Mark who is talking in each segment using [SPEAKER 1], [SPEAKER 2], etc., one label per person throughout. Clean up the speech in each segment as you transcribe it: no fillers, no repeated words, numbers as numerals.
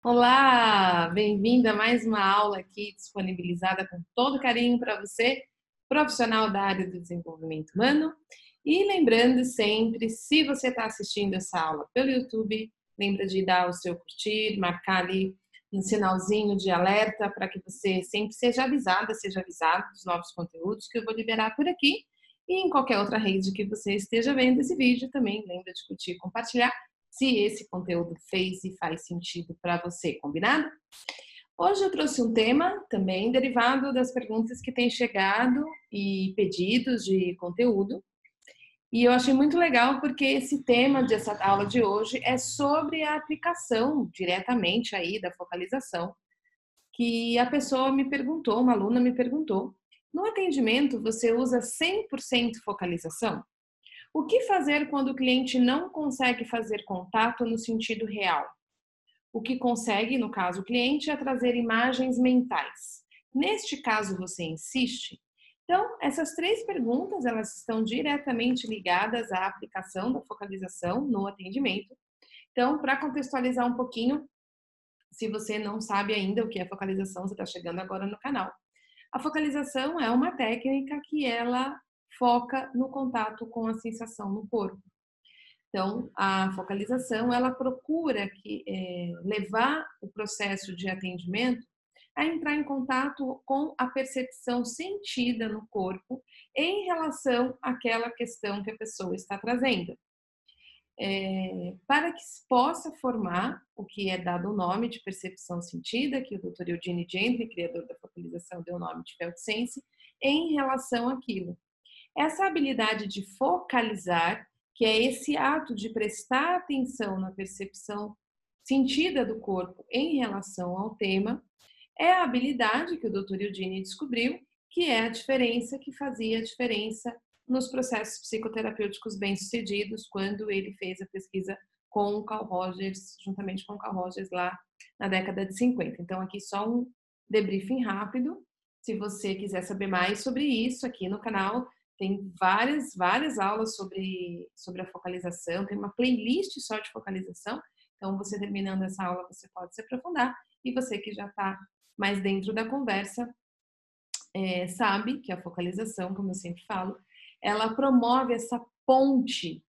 [SPEAKER 1] Olá, bem-vinda a mais uma aula aqui disponibilizada com todo carinho para você, profissional da área do desenvolvimento humano. E lembrando sempre, se você está assistindo essa aula pelo YouTube, lembra de dar o seu curtir, marcar ali um sinalzinho de alerta para que você sempre seja avisado dos novos conteúdos que eu vou liberar por aqui. E em qualquer outra rede que você esteja vendo esse vídeo também, lembra de curtir e compartilhar se esse conteúdo fez e faz sentido para você, combinado? Hoje eu trouxe um tema também derivado das perguntas que têm chegado e pedidos de conteúdo. E eu achei muito legal porque esse tema dessa aula de hoje é sobre a aplicação diretamente aí da focalização, que a pessoa me perguntou, uma aluna me perguntou, no atendimento você usa 100% focalização? O que fazer quando o cliente não consegue fazer contato no sentido real? O que consegue, no caso o cliente, é trazer imagens mentais. Neste caso, você insiste? Então, essas três perguntas, elas estão diretamente ligadas à aplicação da focalização no atendimento. Então, para contextualizar um pouquinho, se você não sabe ainda o que é focalização, você está chegando agora no canal. A focalização é uma técnica que ela foca no contato com a sensação no corpo. Então, a focalização, ela procura levar o processo de atendimento a entrar em contato com a percepção sentida no corpo em relação àquela questão que a pessoa está trazendo. Para que se possa formar o que é dado o nome de percepção sentida, que o Dr. Eugene Gentry, criador da focalização, deu o nome de Felt Sense, em relação àquilo. Essa habilidade de focalizar, que é esse ato de prestar atenção na percepção sentida do corpo em relação ao tema, é a habilidade que o Dr. Eugene descobriu, que é a diferença que fazia a diferença nos processos psicoterapêuticos bem-sucedidos, quando ele fez a pesquisa com o Carl Rogers, juntamente com o Carl Rogers lá na década de 50. Então, aqui só um debriefing rápido. Se você quiser saber mais sobre isso, aqui no canal tem várias aulas sobre a focalização, tem uma playlist só de focalização. Então, você terminando essa aula, você pode se aprofundar. E você que já está mais dentro da conversa, sabe que a focalização, como eu sempre falo, ela promove essa ponte,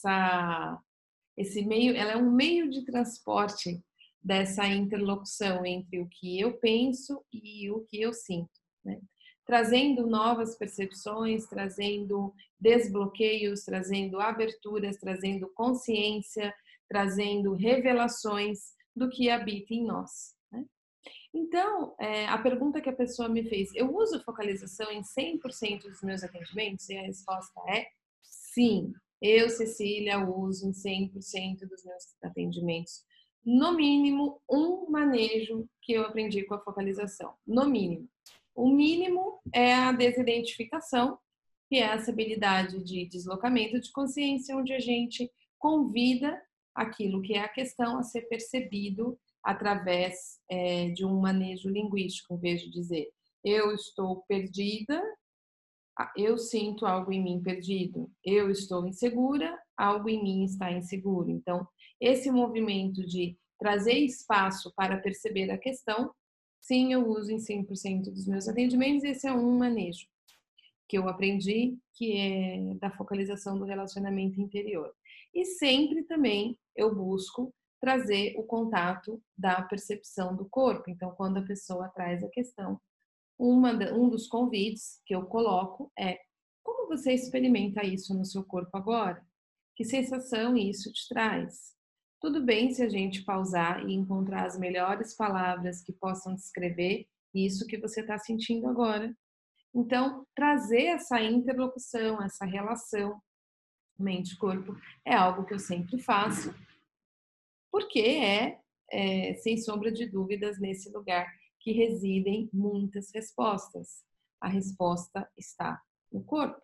[SPEAKER 1] esse meio, ela é um meio de transporte dessa interlocução entre o que eu penso e o que eu sinto, né? Trazendo novas percepções, trazendo desbloqueios, trazendo aberturas, trazendo consciência, trazendo revelações do que habita em nós, né? Então, a pergunta que a pessoa me fez, eu uso focalização em 100% dos meus atendimentos? E a resposta é sim. Eu, Cecília, uso em 100% dos meus atendimentos. No mínimo, um manejo que eu aprendi com a focalização. No mínimo. O mínimo é a desidentificação, que é essa habilidade de deslocamento de consciência, onde a gente convida aquilo que é a questão a ser percebido através de um manejo linguístico, em vez de dizer eu estou perdida, eu sinto algo em mim perdido, eu estou insegura, algo em mim está inseguro. Então, esse movimento de trazer espaço para perceber a questão, sim, eu uso em 100% dos meus atendimentos, esse é um manejo que eu aprendi, que é da focalização do relacionamento interior. E sempre também eu busco trazer o contato da percepção do corpo. Então, quando a pessoa traz a questão, um dos convites que eu coloco é: como você experimenta isso no seu corpo agora? Que sensação isso te traz? Tudo bem se a gente pausar e encontrar as melhores palavras que possam descrever isso que você está sentindo agora. Então, trazer essa interlocução, essa relação mente-corpo é algo que eu sempre faço, porque sem sombra de dúvidas, nesse lugar que residem muitas respostas. A resposta está no corpo,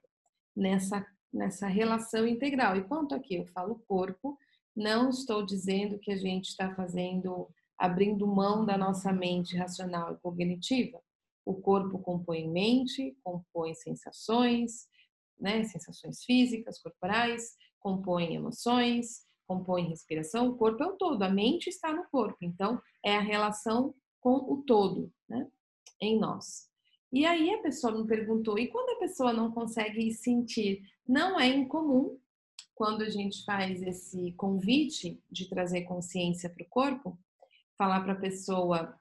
[SPEAKER 1] nessa relação integral. E quanto aqui eu falo corpo, não estou dizendo que a gente está abrindo mão da nossa mente racional e cognitiva. O corpo compõe mente, compõe sensações, né, sensações físicas, corporais, compõe emoções, compõe respiração, o corpo é o todo, a mente está no corpo, então é a relação com o todo, né, em nós. E aí a pessoa me perguntou, e quando a pessoa não consegue sentir? Não é incomum, quando a gente faz esse convite de trazer consciência para o corpo, falar para a pessoa,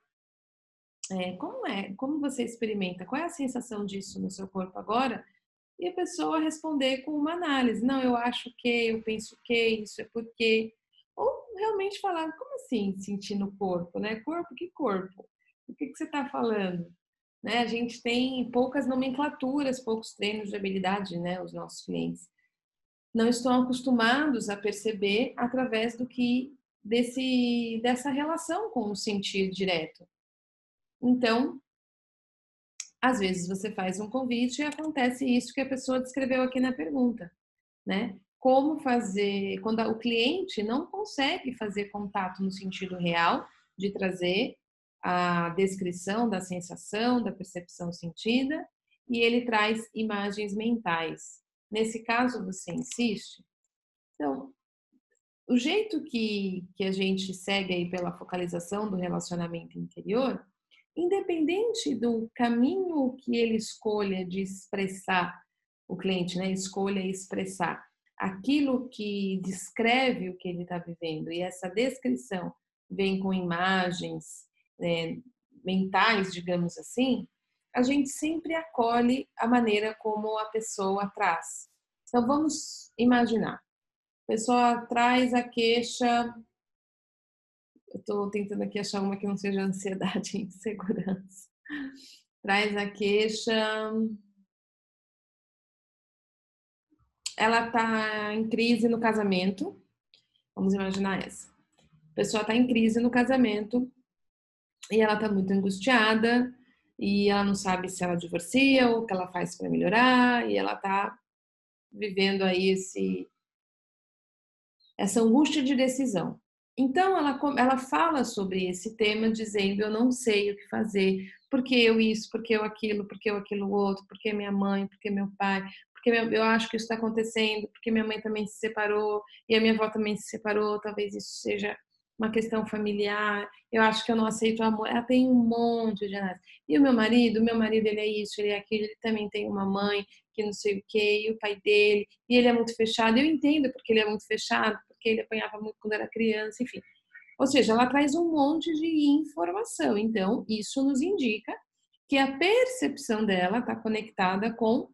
[SPEAKER 1] como você experimenta, qual é a sensação disso no seu corpo agora? E a pessoa responder com uma análise, não, eu acho que, eu penso que, isso é porque, ou realmente falar, como assim sentir no corpo, né? Corpo, que corpo? O que você está falando? Né? A gente tem poucas nomenclaturas, poucos treinos de habilidade, né? Os nossos clientes não estão acostumados a perceber através do que dessa relação com o sentir direto. Então, às vezes você faz um convite e acontece isso que a pessoa descreveu aqui na pergunta, né? Como fazer quando o cliente não consegue fazer contato no sentido real de trazer a descrição da sensação, da percepção sentida, e ele traz imagens mentais. Nesse caso, você insiste? Então, o jeito que a gente segue aí pela focalização do relacionamento interior, independente do caminho que ele escolha de expressar, o cliente, né, escolha expressar aquilo que descreve o que ele está vivendo, e essa descrição vem com imagens, né, mentais, digamos assim, a gente sempre acolhe a maneira como a pessoa traz. Então vamos imaginar. A pessoa traz a queixa, eu estou tentando aqui achar uma que não seja ansiedade e insegurança. Traz a queixa, ela está em crise no casamento, vamos imaginar essa. A pessoa está em crise no casamento e ela está muito angustiada e ela não sabe se ela divorcia ou o que ela faz para melhorar e ela está vivendo aí essa angústia de decisão. Então, ela fala sobre esse tema dizendo, eu não sei o que fazer, porque eu isso, porque eu aquilo outro, porque minha mãe, porque meu pai, porque eu acho que isso está acontecendo, porque minha mãe também se separou, e a minha avó também se separou, talvez isso seja uma questão familiar, eu acho que eu não aceito o amor, ela tem um monte de análise. E o meu marido ele é isso, ele é aquilo, ele também tem uma mãe que não sei o que, e o pai dele, e ele é muito fechado, eu entendo porque ele é muito fechado, porque ele apanhava muito quando era criança, enfim. Ou seja, ela traz um monte de informação. Então, isso nos indica que a percepção dela está conectada com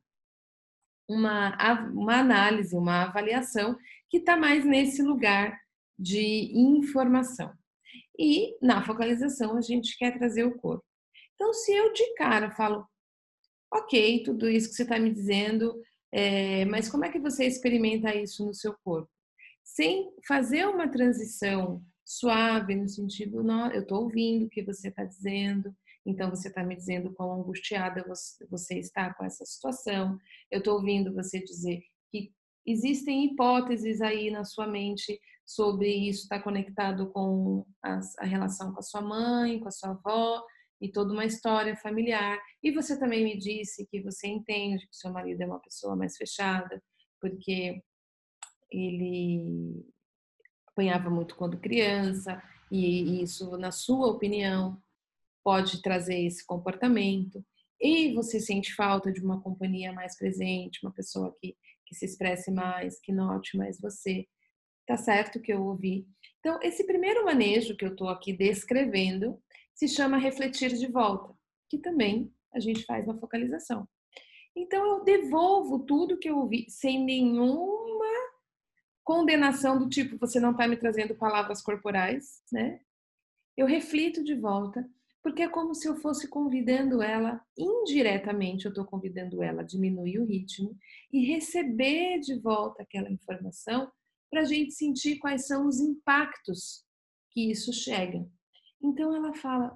[SPEAKER 1] uma análise, uma avaliação que está mais nesse lugar de informação. E na focalização a gente quer trazer o corpo. Então, se eu de cara falo, ok, tudo isso que você está me dizendo, mas como é que você experimenta isso no seu corpo? Sem fazer uma transição suave, no sentido, não, eu estou ouvindo o que você está dizendo, então você está me dizendo quão angustiada você está com essa situação, eu estou ouvindo você dizer que existem hipóteses aí na sua mente sobre isso estar conectado com a relação com a sua mãe, com a sua avó, e toda uma história familiar. E você também me disse que você entende que seu marido é uma pessoa mais fechada, porque ele apanhava muito quando criança, e isso, na sua opinião, pode trazer esse comportamento. E você sente falta de uma companhia mais presente, uma pessoa que se expresse mais, que note mais você. Tá certo que eu ouvi. Então, esse primeiro manejo que eu estou aqui descrevendo se chama refletir de volta, que também a gente faz na focalização. Então, eu devolvo tudo que eu ouvi sem nenhuma condenação do tipo, você não está me trazendo palavras corporais, né? Eu reflito de volta, porque é como se eu fosse convidando ela, indiretamente eu estou convidando ela a diminuir o ritmo e receber de volta aquela informação para a gente sentir quais são os impactos que isso chega. Então ela fala,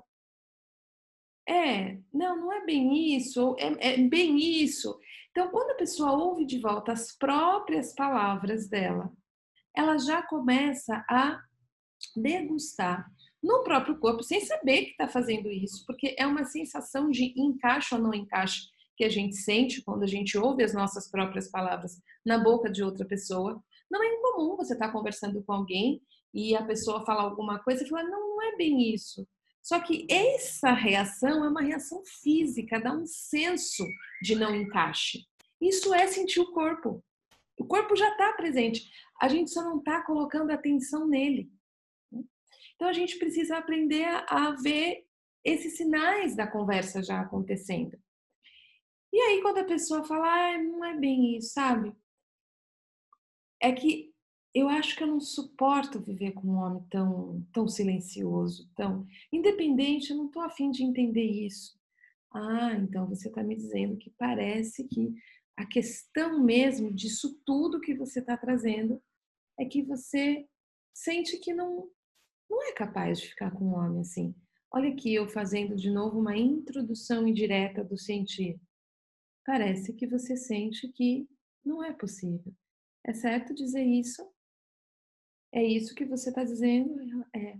[SPEAKER 1] não é bem isso, é bem isso. Então quando a pessoa ouve de volta as próprias palavras dela, ela já começa a degustar no próprio corpo, sem saber que está fazendo isso, porque é uma sensação de encaixe ou não encaixe que a gente sente quando a gente ouve as nossas próprias palavras na boca de outra pessoa, Não é incomum você estar conversando com alguém e a pessoa falar alguma coisa e falar, não, não é bem isso. Só que essa reação é uma reação física, dá um senso de não encaixe. Isso é sentir o corpo. O corpo já está presente, a gente só não está colocando atenção nele. Então a gente precisa aprender a ver esses sinais da conversa já acontecendo. E aí quando a pessoa fala, não é bem isso, sabe? É que eu acho que eu não suporto viver com um homem tão silencioso, tão independente, eu não estou a fim de entender isso. Ah, então você está me dizendo que parece que a questão mesmo disso tudo que você está trazendo é que você sente que não é capaz de ficar com um homem assim. Olha aqui eu fazendo de novo uma introdução indireta do sentir. Parece que você sente que não é possível. É certo dizer isso? É isso que você está dizendo? É.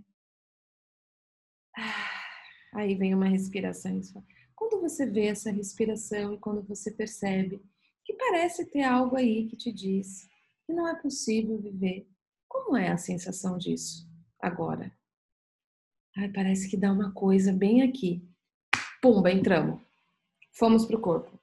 [SPEAKER 1] Ah, aí vem uma respiração. Quando você vê essa respiração e quando você percebe que parece ter algo aí que te diz que não é possível viver, como é a sensação disso agora? Ai, parece que dá uma coisa bem aqui. Pumba, entramos. Fomos pro corpo.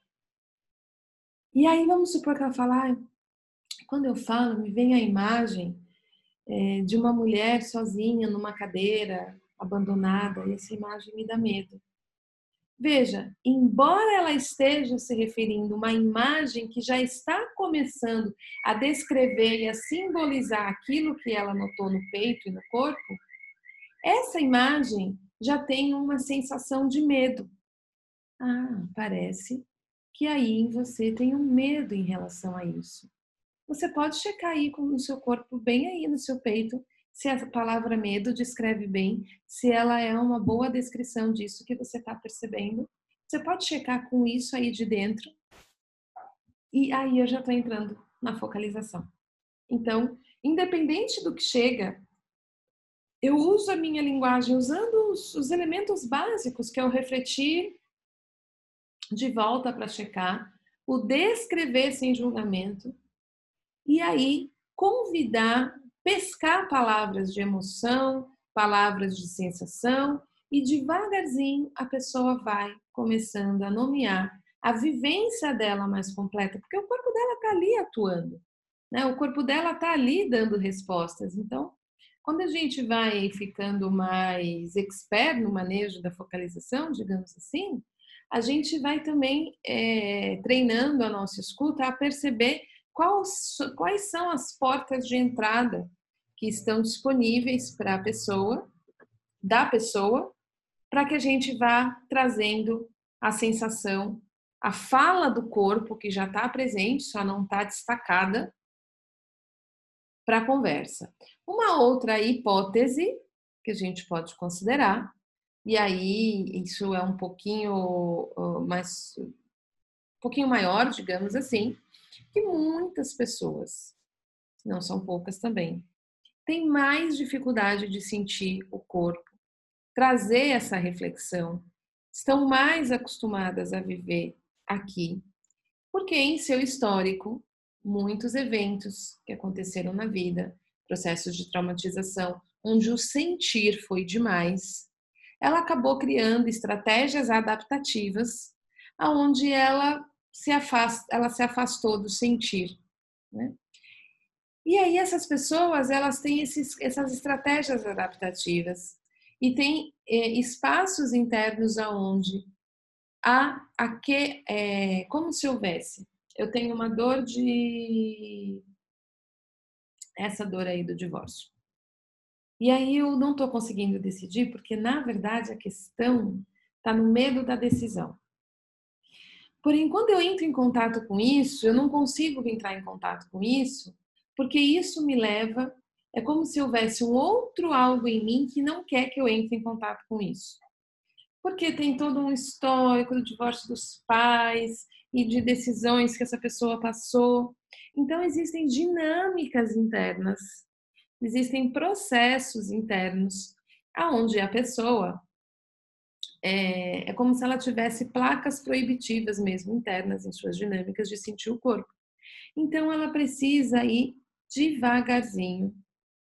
[SPEAKER 1] E aí vamos supor que ela fala, quando eu falo, me vem a imagem de uma mulher sozinha numa cadeira, abandonada, e essa imagem me dá medo. Veja, embora ela esteja se referindo a uma imagem que já está começando a descrever e a simbolizar aquilo que ela notou no peito e no corpo, essa imagem já tem uma sensação de medo. Ah, parece que aí você tem um medo em relação a isso. Você pode checar aí com o seu corpo, bem aí no seu peito, se a palavra medo descreve bem, se ela é uma boa descrição disso que você está percebendo. Você pode checar com isso aí de dentro. E aí eu já estou entrando na focalização. Então, independente do que chega, eu uso a minha linguagem usando os elementos básicos, que é o refletir de volta para checar, o descrever sem julgamento, e aí convidar, pescar palavras de emoção, palavras de sensação, e devagarzinho a pessoa vai começando a nomear a vivência dela mais completa, porque o corpo dela está ali atuando, né? O corpo dela está ali dando respostas. Então, quando a gente vai ficando mais expert no manejo da focalização, digamos assim, a gente vai também treinando a nossa escuta a perceber quais são as portas de entrada que estão disponíveis para a pessoa, da pessoa, para que a gente vá trazendo a sensação, a fala do corpo que já está presente, só não está destacada, para a conversa. Uma outra hipótese que a gente pode considerar, e aí isso é um pouquinho mais, um pouquinho maior, digamos assim, que muitas pessoas, não são poucas também, têm mais dificuldade de sentir o corpo, trazer essa reflexão, estão mais acostumadas a viver aqui, porque em seu histórico, muitos eventos que aconteceram na vida, processos de traumatização, onde o sentir foi demais, ela acabou criando estratégias adaptativas, aonde ela se afastou do sentir, né? E aí essas pessoas, elas têm essas estratégias adaptativas e tem espaços internos aonde como se houvesse. Eu tenho uma dor essa dor aí do divórcio. E aí eu não estou conseguindo decidir porque na verdade a questão está no medo da decisão. Porém, quando eu entro em contato com isso, eu não consigo entrar em contato com isso, porque isso me leva, é como se houvesse um outro algo em mim que não quer que eu entre em contato com isso. Porque tem todo um histórico do divórcio dos pais e de decisões que essa pessoa passou. Então, existem dinâmicas internas, existem processos internos, aonde a pessoa é como se ela tivesse placas proibitivas mesmo internas em suas dinâmicas de sentir o corpo. Então ela precisa ir devagarzinho,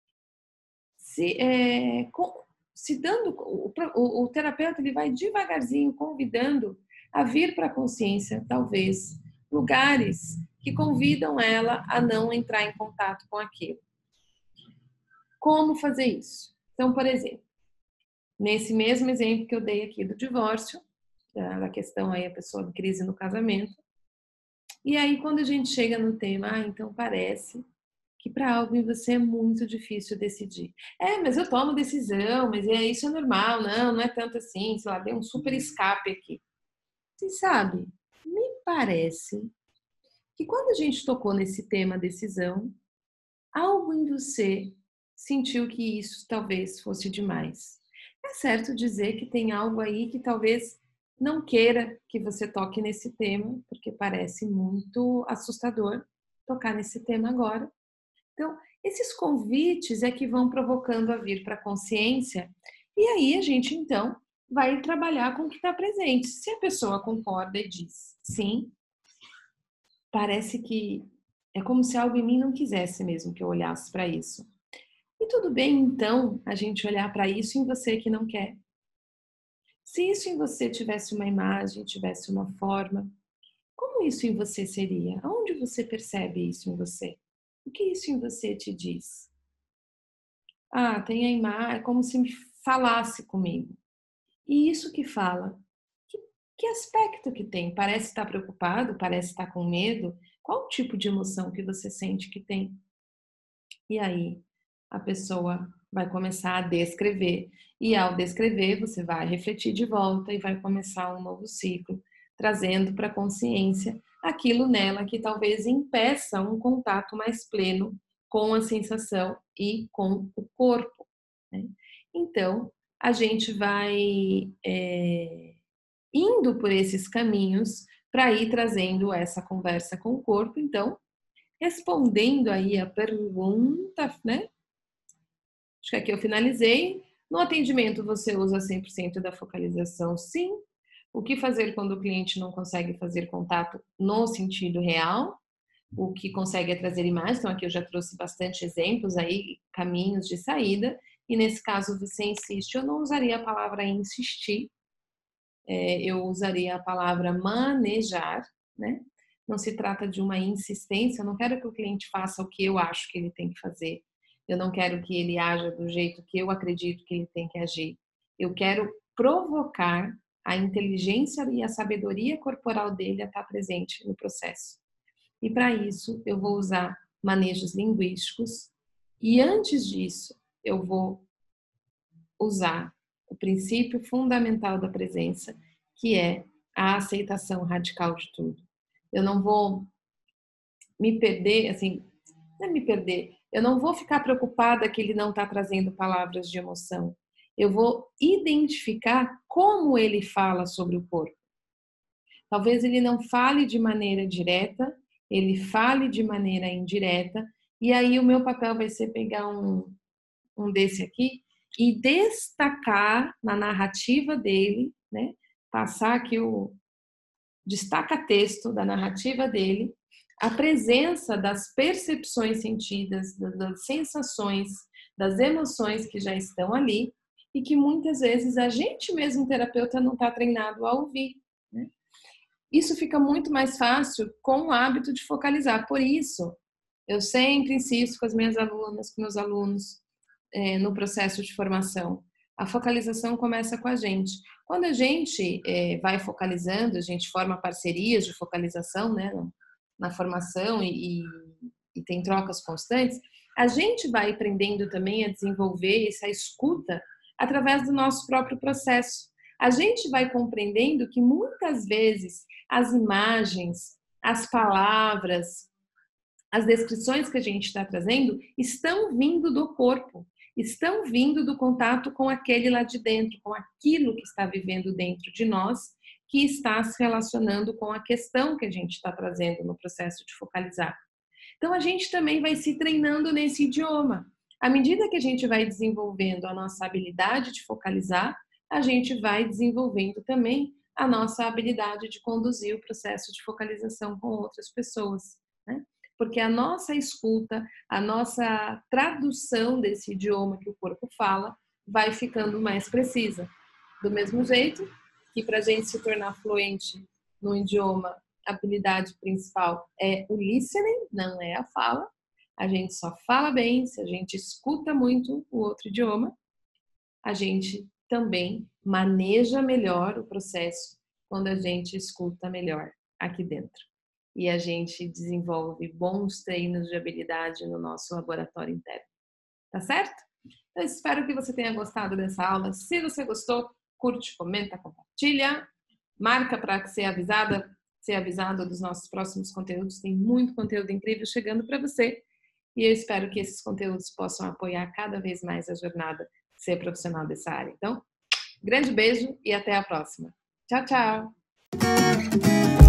[SPEAKER 1] se dando, o terapeuta ele vai devagarzinho convidando a vir para a consciência, talvez, lugares que convidam ela a não entrar em contato com aquilo. Como fazer isso? Então, por exemplo, nesse mesmo exemplo que eu dei aqui do divórcio, da questão aí a pessoa em crise no casamento, e aí quando a gente chega no tema, então parece que para algo em você é muito difícil decidir. Mas eu tomo decisão, mas isso é normal, não é tanto assim, sei lá, dei um super escape aqui. Você sabe, me parece que quando a gente tocou nesse tema decisão, algo em você sentiu que isso talvez fosse demais. É certo dizer que tem algo aí que talvez não queira que você toque nesse tema, porque parece muito assustador tocar nesse tema agora. Então, esses convites é que vão provocando a vir para a consciência, e aí a gente então vai trabalhar com o que está presente. Se a pessoa concorda e diz sim, parece que é como se algo em mim não quisesse mesmo que eu olhasse para isso. E tudo bem, então, a gente olhar para isso em você que não quer. Se isso em você tivesse uma imagem, tivesse uma forma, como isso em você seria? Aonde você percebe isso em você? O que isso em você te diz? Tem a imagem, é como se me falasse comigo. E isso que fala, que aspecto que tem? Parece estar preocupado? Parece estar com medo? Qual o tipo de emoção que você sente que tem? E aí a pessoa vai começar a descrever. E ao descrever, você vai refletir de volta e vai começar um novo ciclo, trazendo para a consciência aquilo nela que talvez impeça um contato mais pleno com a sensação e com o corpo, né? Então, a gente vai indo por esses caminhos para ir trazendo essa conversa com o corpo. Então, respondendo aí a pergunta, né? Acho que aqui eu finalizei. No atendimento, você usa 100% da focalização, sim. O que fazer quando o cliente não consegue fazer contato no sentido real? O que consegue é trazer imagens. Então, aqui eu já trouxe bastante exemplos aí, caminhos de saída. E nesse caso, você insiste. Eu não usaria a palavra insistir, eu usaria a palavra manejar, né? Não se trata de uma insistência, eu não quero que o cliente faça o que eu acho que ele tem que fazer. Eu não quero que ele haja do jeito que eu acredito que ele tem que agir. Eu quero provocar a inteligência e a sabedoria corporal dele a estar presente no processo. E para isso, eu vou usar manejos linguísticos e antes disso, eu vou usar o princípio fundamental da presença, que é a aceitação radical de tudo. Eu não vou me perder, assim, não é me perder, eu não vou ficar preocupada que ele não está trazendo palavras de emoção. Eu vou identificar como ele fala sobre o corpo. Talvez ele não fale de maneira direta, ele fale de maneira indireta, e aí o meu papel vai ser pegar um desse aqui e destacar na narrativa dele, né? Passar aqui o destaca-texto da narrativa dele, a presença das percepções sentidas, das sensações, das emoções que já estão ali e que muitas vezes a gente mesmo, terapeuta, não está treinado a ouvir, né? Isso fica muito mais fácil com o hábito de focalizar. Por isso, eu sempre insisto com as minhas alunas, com meus alunos, no processo de formação. A focalização começa com a gente. Quando a gente vai focalizando, a gente forma parcerias de focalização, né, na formação e tem trocas constantes, a gente vai aprendendo também a desenvolver essa escuta através do nosso próprio processo. A gente vai compreendendo que muitas vezes as imagens, as palavras, as descrições que a gente está trazendo estão vindo do corpo, estão vindo do contato com aquele lá de dentro, com aquilo que está vivendo dentro de nós, que está se relacionando com a questão que a gente está trazendo no processo de focalizar. Então, a gente também vai se treinando nesse idioma. À medida que a gente vai desenvolvendo a nossa habilidade de focalizar, a gente vai desenvolvendo também a nossa habilidade de conduzir o processo de focalização com outras pessoas, né? porque a nossa escuta, a nossa tradução desse idioma que o corpo fala vai ficando mais precisa. Do mesmo jeito que para a gente se tornar fluente no idioma, a habilidade principal é o listening, não é a fala. A gente só fala bem se a gente escuta muito o outro idioma. A gente também maneja melhor o processo quando a gente escuta melhor aqui dentro. E a gente desenvolve bons treinos de habilidade no nosso laboratório interno. Tá certo? Eu espero que você tenha gostado dessa aula. Se você gostou, curte, comenta, compartilha. Marca para ser avisado dos nossos próximos conteúdos. Tem muito conteúdo incrível chegando para você. E eu espero que esses conteúdos possam apoiar cada vez mais a jornada de ser profissional dessa área. Então, grande beijo e até a próxima. Tchau, tchau!